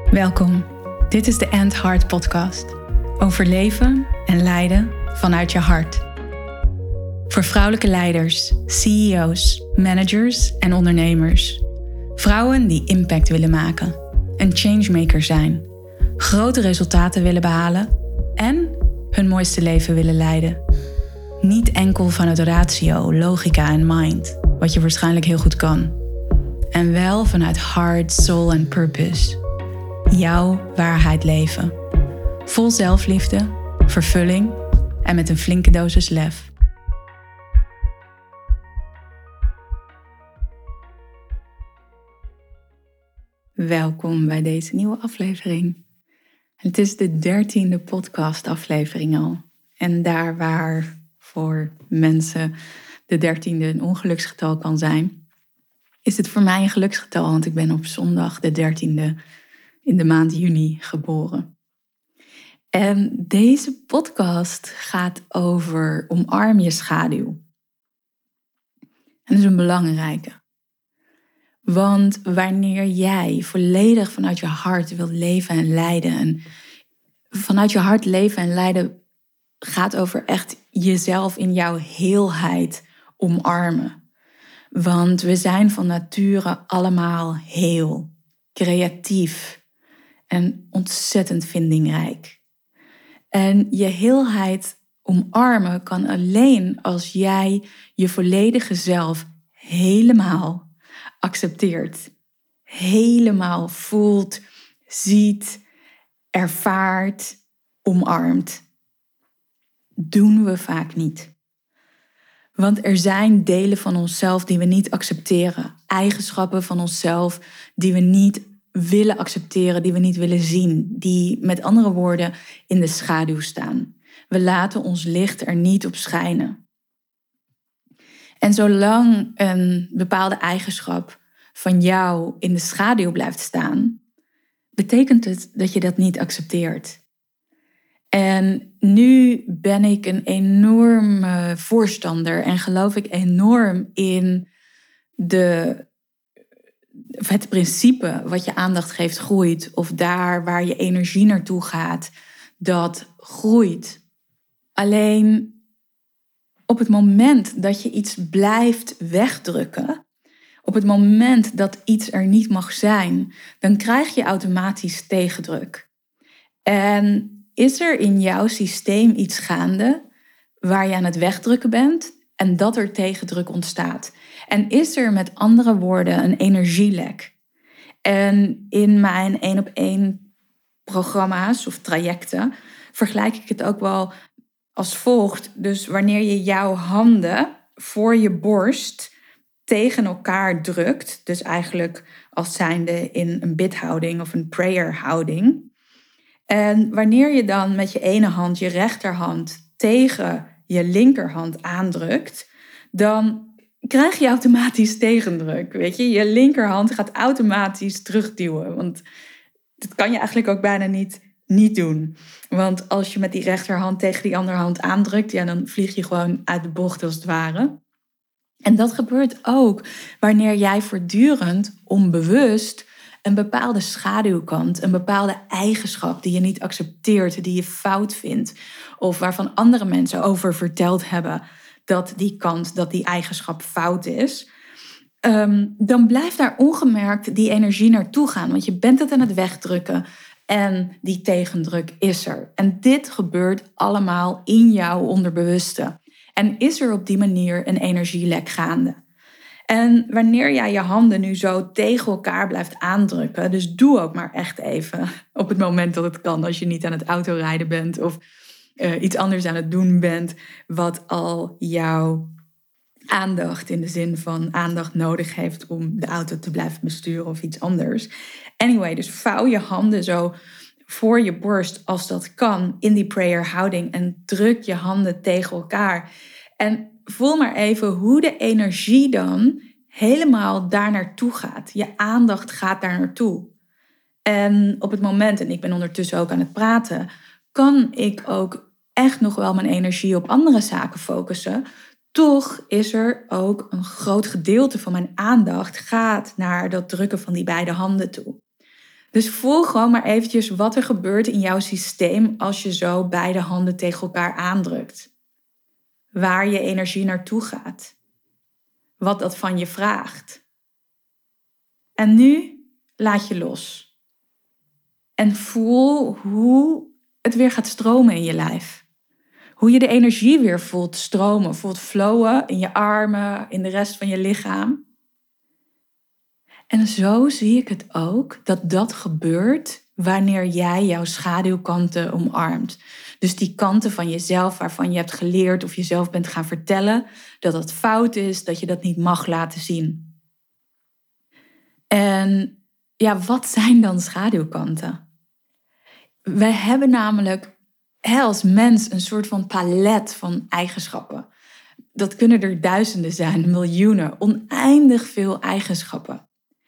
Welkom, dit is de End Heart Podcast. Over leven en leiden vanuit je hart. Voor vrouwelijke leiders, CEO's, managers en ondernemers. Vrouwen die impact willen maken, een changemaker zijn, grote resultaten willen behalen en hun mooiste leven willen leiden. Niet enkel vanuit ratio, logica en mind, wat je waarschijnlijk heel goed kan. En wel vanuit heart, soul en purpose. Jouw waarheid leven. Vol zelfliefde, vervulling en met een flinke dosis lef. Welkom bij deze nieuwe aflevering. Het is de 13e podcastaflevering al. En daar waar voor mensen de 13e een ongeluksgetal kan zijn, is het voor mij een geluksgetal, want ik ben op zondag de 13e in de maand juni geboren. En deze podcast gaat over omarm je schaduw. En dat is een belangrijke. Want wanneer jij volledig vanuit je hart wilt leven en leiden, en vanuit je hart leven en leiden gaat over echt jezelf in jouw heelheid omarmen. Want we zijn van nature allemaal heel, creatief en ontzettend vindingrijk. En je heelheid omarmen kan alleen als jij je volledige zelf helemaal accepteert. Helemaal voelt, ziet, ervaart, omarmt. Doen we vaak niet. Want er zijn delen van onszelf die we niet accepteren. Eigenschappen van onszelf die we niet willen accepteren, die we niet willen zien. Die met andere woorden in de schaduw staan. We laten ons licht er niet op schijnen. En zolang een bepaalde eigenschap van jou in de schaduw blijft staan, betekent het dat je dat niet accepteert. En nu ben ik een enorme voorstander en geloof ik enorm in het principe wat je aandacht geeft groeit. Of daar waar je energie naartoe gaat, dat groeit. Alleen op het moment dat je iets blijft wegdrukken, op het moment dat iets er niet mag zijn, dan krijg je automatisch tegendruk. En is er in jouw systeem iets gaande waar je aan het wegdrukken bent en dat er tegendruk ontstaat? En is er met andere woorden een energielek? En in mijn 1-op-1 programma's of trajecten vergelijk ik het ook wel als volgt. Dus wanneer je jouw handen voor je borst tegen elkaar drukt, dus eigenlijk als zijnde in een bidhouding of een prayerhouding. En wanneer je dan met je ene hand je rechterhand tegen je linkerhand aandrukt, dan krijg je automatisch tegendruk. Weet je? Je linkerhand gaat automatisch terugduwen. Want dat kan je eigenlijk ook bijna niet doen. Want als je met die rechterhand tegen die andere hand aandrukt, ja, dan vlieg je gewoon uit de bocht als het ware. En dat gebeurt ook wanneer jij voortdurend onbewust een bepaalde schaduwkant, een bepaalde eigenschap die je niet accepteert, die je fout vindt, of waarvan andere mensen over verteld hebben dat die eigenschap fout is, dan blijft daar ongemerkt die energie naartoe gaan. Want je bent het aan het wegdrukken en die tegendruk is er. En dit gebeurt allemaal in jouw onderbewuste. En is er op die manier een energielek gaande. En wanneer jij je handen nu zo tegen elkaar blijft aandrukken, dus doe ook maar echt even op het moment dat het kan, als je niet aan het autorijden bent of iets anders aan het doen bent, wat al jouw aandacht in de zin van aandacht nodig heeft om de auto te blijven besturen of iets anders. Anyway, dus vouw je handen zo voor je borst als dat kan in die prayer houding en druk je handen tegen elkaar. En voel maar even hoe de energie dan helemaal daar naartoe gaat. Je aandacht gaat daar naartoe. En op het moment, en ik ben ondertussen ook aan het praten, kan ik ook echt nog wel mijn energie op andere zaken focussen. Toch is er ook een groot gedeelte van mijn aandacht gaat naar dat drukken van die beide handen toe. Dus voel gewoon maar eventjes wat er gebeurt in jouw systeem als je zo beide handen tegen elkaar aandrukt. Waar je energie naartoe gaat. Wat dat van je vraagt. En nu laat je los. En voel hoe het weer gaat stromen in je lijf. Hoe je de energie weer voelt stromen, voelt flowen in je armen, in de rest van je lichaam. En zo zie ik het ook, dat dat gebeurt wanneer jij jouw schaduwkanten omarmt. Dus die kanten van jezelf waarvan je hebt geleerd of jezelf bent gaan vertellen dat het fout is, dat je dat niet mag laten zien. En ja, wat zijn dan schaduwkanten? Wij hebben namelijk als mens een soort van palet van eigenschappen. Dat kunnen er duizenden zijn, miljoenen, oneindig veel eigenschappen.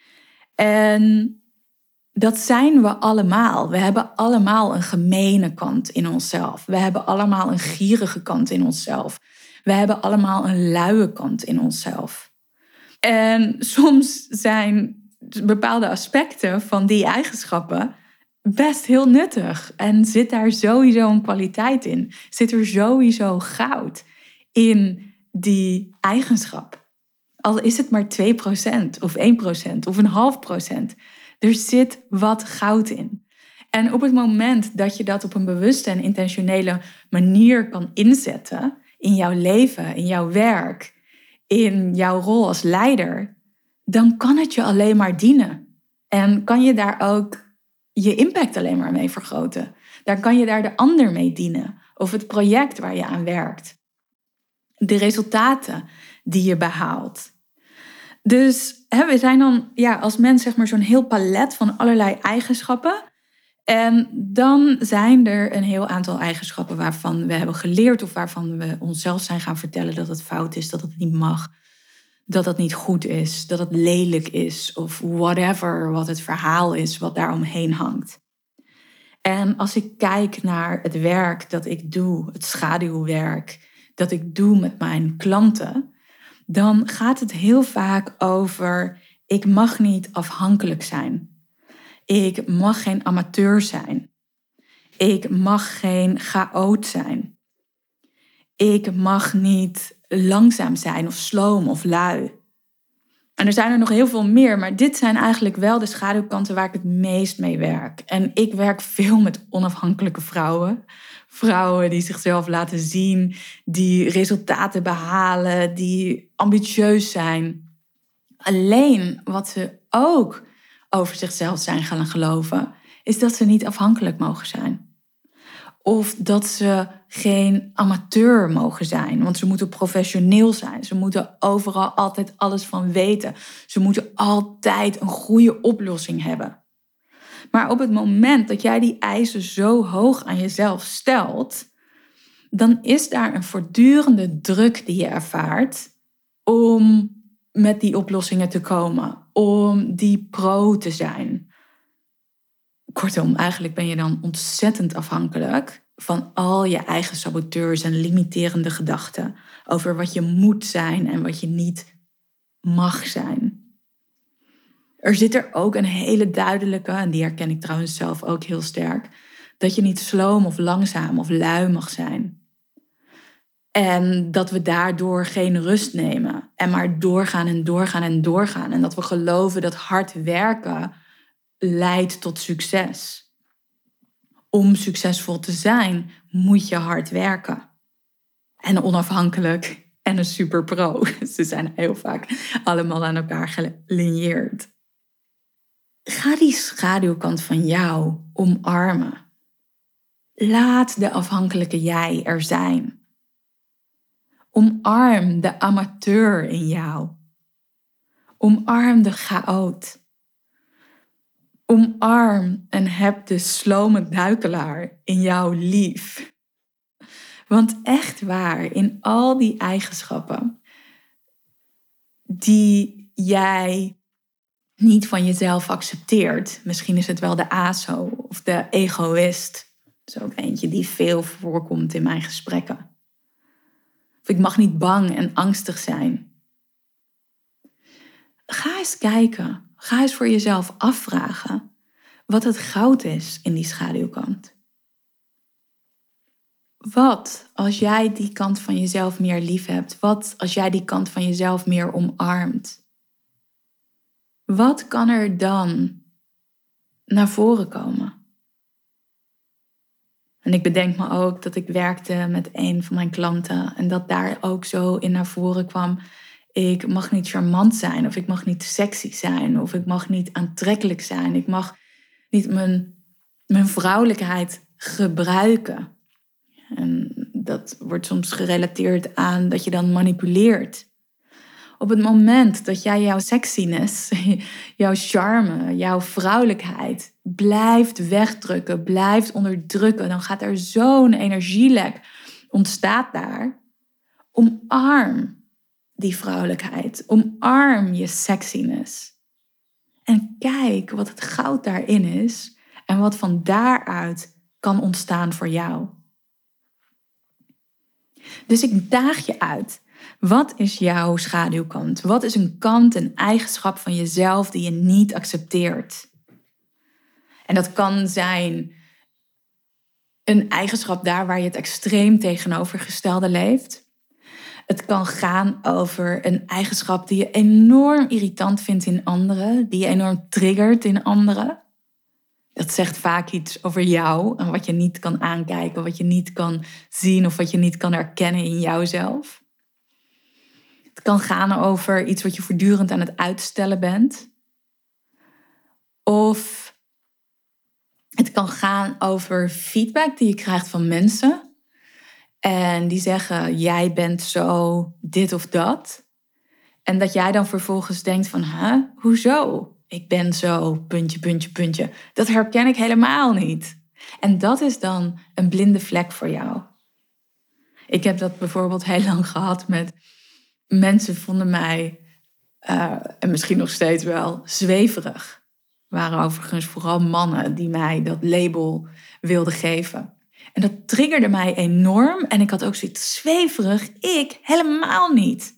En dat zijn we allemaal. We hebben allemaal een gemene kant in onszelf. We hebben allemaal een gierige kant in onszelf. We hebben allemaal een luie kant in onszelf. En soms zijn bepaalde aspecten van die eigenschappen best heel nuttig. En zit daar sowieso een kwaliteit in. Zit er sowieso goud in die eigenschap. Al is het maar 2% of 1% of 0,5%. Er zit wat goud in. En op het moment dat je dat op een bewuste en intentionele manier kan inzetten in jouw leven, in jouw werk, in jouw rol als leider, dan kan het je alleen maar dienen. En kan je daar ook je impact alleen maar mee vergroten. Daar kan je daar de ander mee dienen. Of het project waar je aan werkt. De resultaten die je behaalt. Dus we zijn dan als mens zeg maar zo'n heel palet van allerlei eigenschappen. En dan zijn er een heel aantal eigenschappen waarvan we hebben geleerd of waarvan we onszelf zijn gaan vertellen dat het fout is, dat het niet mag, dat het niet goed is, dat het lelijk is of whatever wat het verhaal is wat daar omheen hangt. En als ik kijk naar het werk dat ik doe, het schaduwwerk dat ik doe met mijn klanten, dan gaat het heel vaak over: ik mag niet afhankelijk zijn. Ik mag geen amateur zijn. Ik mag geen chaot zijn. Ik mag niet langzaam zijn of sloom of lui. En er zijn er nog heel veel meer, maar dit zijn eigenlijk wel de schaduwkanten waar ik het meest mee werk. En ik werk veel met onafhankelijke vrouwen. Vrouwen die zichzelf laten zien, die resultaten behalen, die ambitieus zijn. Alleen wat ze ook over zichzelf zijn gaan geloven, is dat ze niet afhankelijk mogen zijn. Of dat ze geen amateur mogen zijn, want ze moeten professioneel zijn. Ze moeten overal altijd alles van weten. Ze moeten altijd een goede oplossing hebben. Maar op het moment dat jij die eisen zo hoog aan jezelf stelt, dan is daar een voortdurende druk die je ervaart om met die oplossingen te komen, om die pro te zijn. Kortom, eigenlijk ben je dan ontzettend afhankelijk van al je eigen saboteurs en limiterende gedachten over wat je moet zijn en wat je niet mag zijn. Er zit er ook een hele duidelijke, en die herken ik trouwens zelf ook heel sterk, dat je niet sloom of langzaam of lui mag zijn. En dat we daardoor geen rust nemen en maar doorgaan en doorgaan en doorgaan. En dat we geloven dat hard werken leidt tot succes. Om succesvol te zijn moet je hard werken. En onafhankelijk en een superpro. Ze zijn heel vaak allemaal aan elkaar gelinieerd. Ga die schaduwkant van jou omarmen. Laat de afhankelijke jij er zijn. Omarm de amateur in jou. Omarm de chaot. Omarm en heb de slome duikelaar in jou lief. Want echt waar, in al die eigenschappen die jij niet van jezelf accepteert, misschien is het wel de aso of de egoïst. Dat is ook eentje die veel voorkomt in mijn gesprekken. Of ik mag niet bang en angstig zijn. Ga eens kijken. Ga eens voor jezelf afvragen. wat het goud is in die schaduwkant. Wat als jij die kant van jezelf meer lief hebt? Wat als jij die kant van jezelf meer omarmt? Wat kan er dan naar voren komen? En ik bedenk me ook dat ik werkte met een van mijn klanten en dat daar ook zo in naar voren kwam. Ik mag niet charmant zijn of ik mag niet sexy zijn of ik mag niet aantrekkelijk zijn. Ik mag niet mijn vrouwelijkheid gebruiken. En dat wordt soms gerelateerd aan dat je dan manipuleert. Op het moment dat jij jouw sexiness, jouw charme, jouw vrouwelijkheid blijft wegdrukken, blijft onderdrukken, dan gaat er zo'n energielek ontstaat daar. Omarm die vrouwelijkheid, omarm je sexiness. En kijk wat het goud daarin is en wat van daaruit kan ontstaan voor jou. Dus ik daag je uit. Wat is jouw schaduwkant? Wat is een kant, een eigenschap van jezelf die je niet accepteert? En dat kan zijn een eigenschap daar waar je het extreem tegenovergestelde leeft. Het kan gaan over een eigenschap die je enorm irritant vindt in anderen, die je enorm triggert in anderen. Dat zegt vaak iets over jou en wat je niet kan aankijken, wat je niet kan zien of wat je niet kan herkennen in jouzelf. Het kan gaan over iets wat je voortdurend aan het uitstellen bent. Of het kan gaan over feedback die je krijgt van mensen. En die zeggen, jij bent zo dit of dat. En dat jij dan vervolgens denkt van, hoezo? Ik ben zo, puntje, puntje, puntje. Dat herken ik helemaal niet. En dat is dan een blinde vlek voor jou. Ik heb dat bijvoorbeeld heel lang gehad met mensen vonden mij, en misschien nog steeds wel, zweverig. Waren overigens vooral mannen die mij dat label wilden geven. En dat triggerde mij enorm. En ik had ook zoiets zweverig. Ik helemaal niet.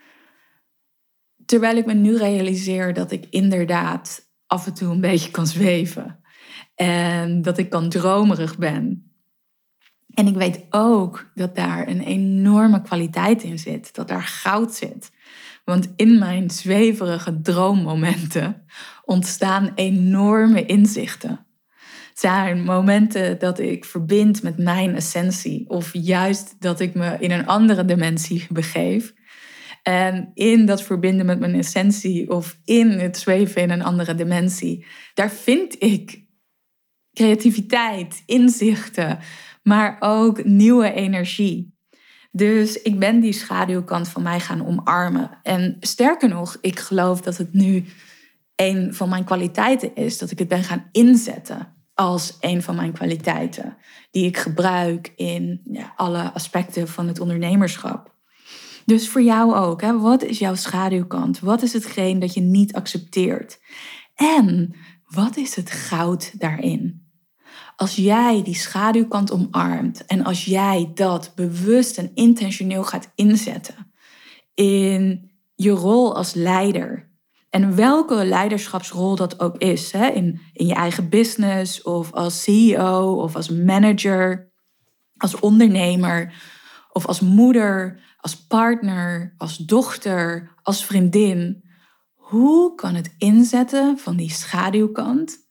Terwijl ik me nu realiseer dat ik inderdaad af en toe een beetje kan zweven. En dat ik kan dromerig ben. En ik weet ook dat daar een enorme kwaliteit in zit. Dat daar goud zit. Want in mijn zweverige droommomenten ontstaan enorme inzichten. Het zijn momenten dat ik verbind met mijn essentie. Of juist dat ik me in een andere dimensie begeef. En in dat verbinden met mijn essentie of in het zweven in een andere dimensie, daar vind ik creativiteit, inzichten, maar ook nieuwe energie. Dus ik ben die schaduwkant van mij gaan omarmen. En sterker nog, ik geloof dat het nu een van mijn kwaliteiten is. Dat ik het ben gaan inzetten als een van mijn kwaliteiten. Die ik gebruik in alle aspecten van het ondernemerschap. Dus voor jou ook. Wat is jouw schaduwkant? Wat is hetgeen dat je niet accepteert? En wat is het goud daarin? Als jij die schaduwkant omarmt en als jij dat bewust en intentioneel gaat inzetten in je rol als leider, en welke leiderschapsrol dat ook is, in je eigen business of als CEO of als manager, als ondernemer of als moeder, als partner, als dochter, als vriendin. Hoe kan het inzetten van die schaduwkant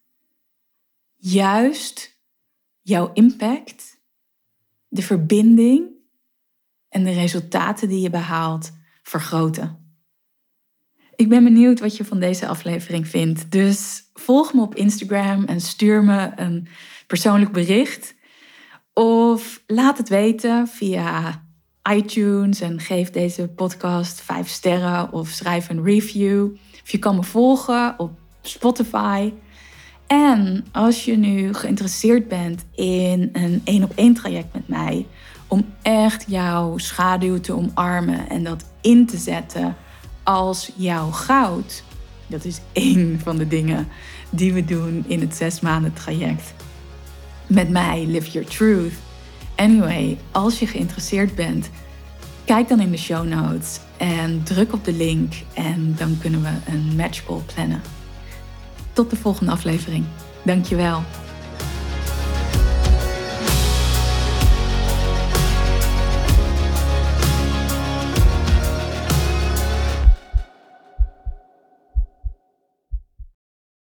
juist jouw impact, de verbinding en de resultaten die je behaalt vergroten? Ik ben benieuwd wat je van deze aflevering vindt. Dus volg me op Instagram en stuur me een persoonlijk bericht. Of laat het weten via iTunes en geef deze podcast 5 sterren of schrijf een review. Of je kan me volgen op Spotify. En als je nu geïnteresseerd bent in een 1-op-1 traject met mij, om echt jouw schaduw te omarmen en dat in te zetten als jouw goud. Dat is 1 van de dingen die we doen in het 6 maanden traject. Met mij, Live Your Truth. Anyway, als je geïnteresseerd bent, kijk dan in de show notes en druk op de link en dan kunnen we een matchcall plannen. Tot de volgende aflevering. Dankjewel.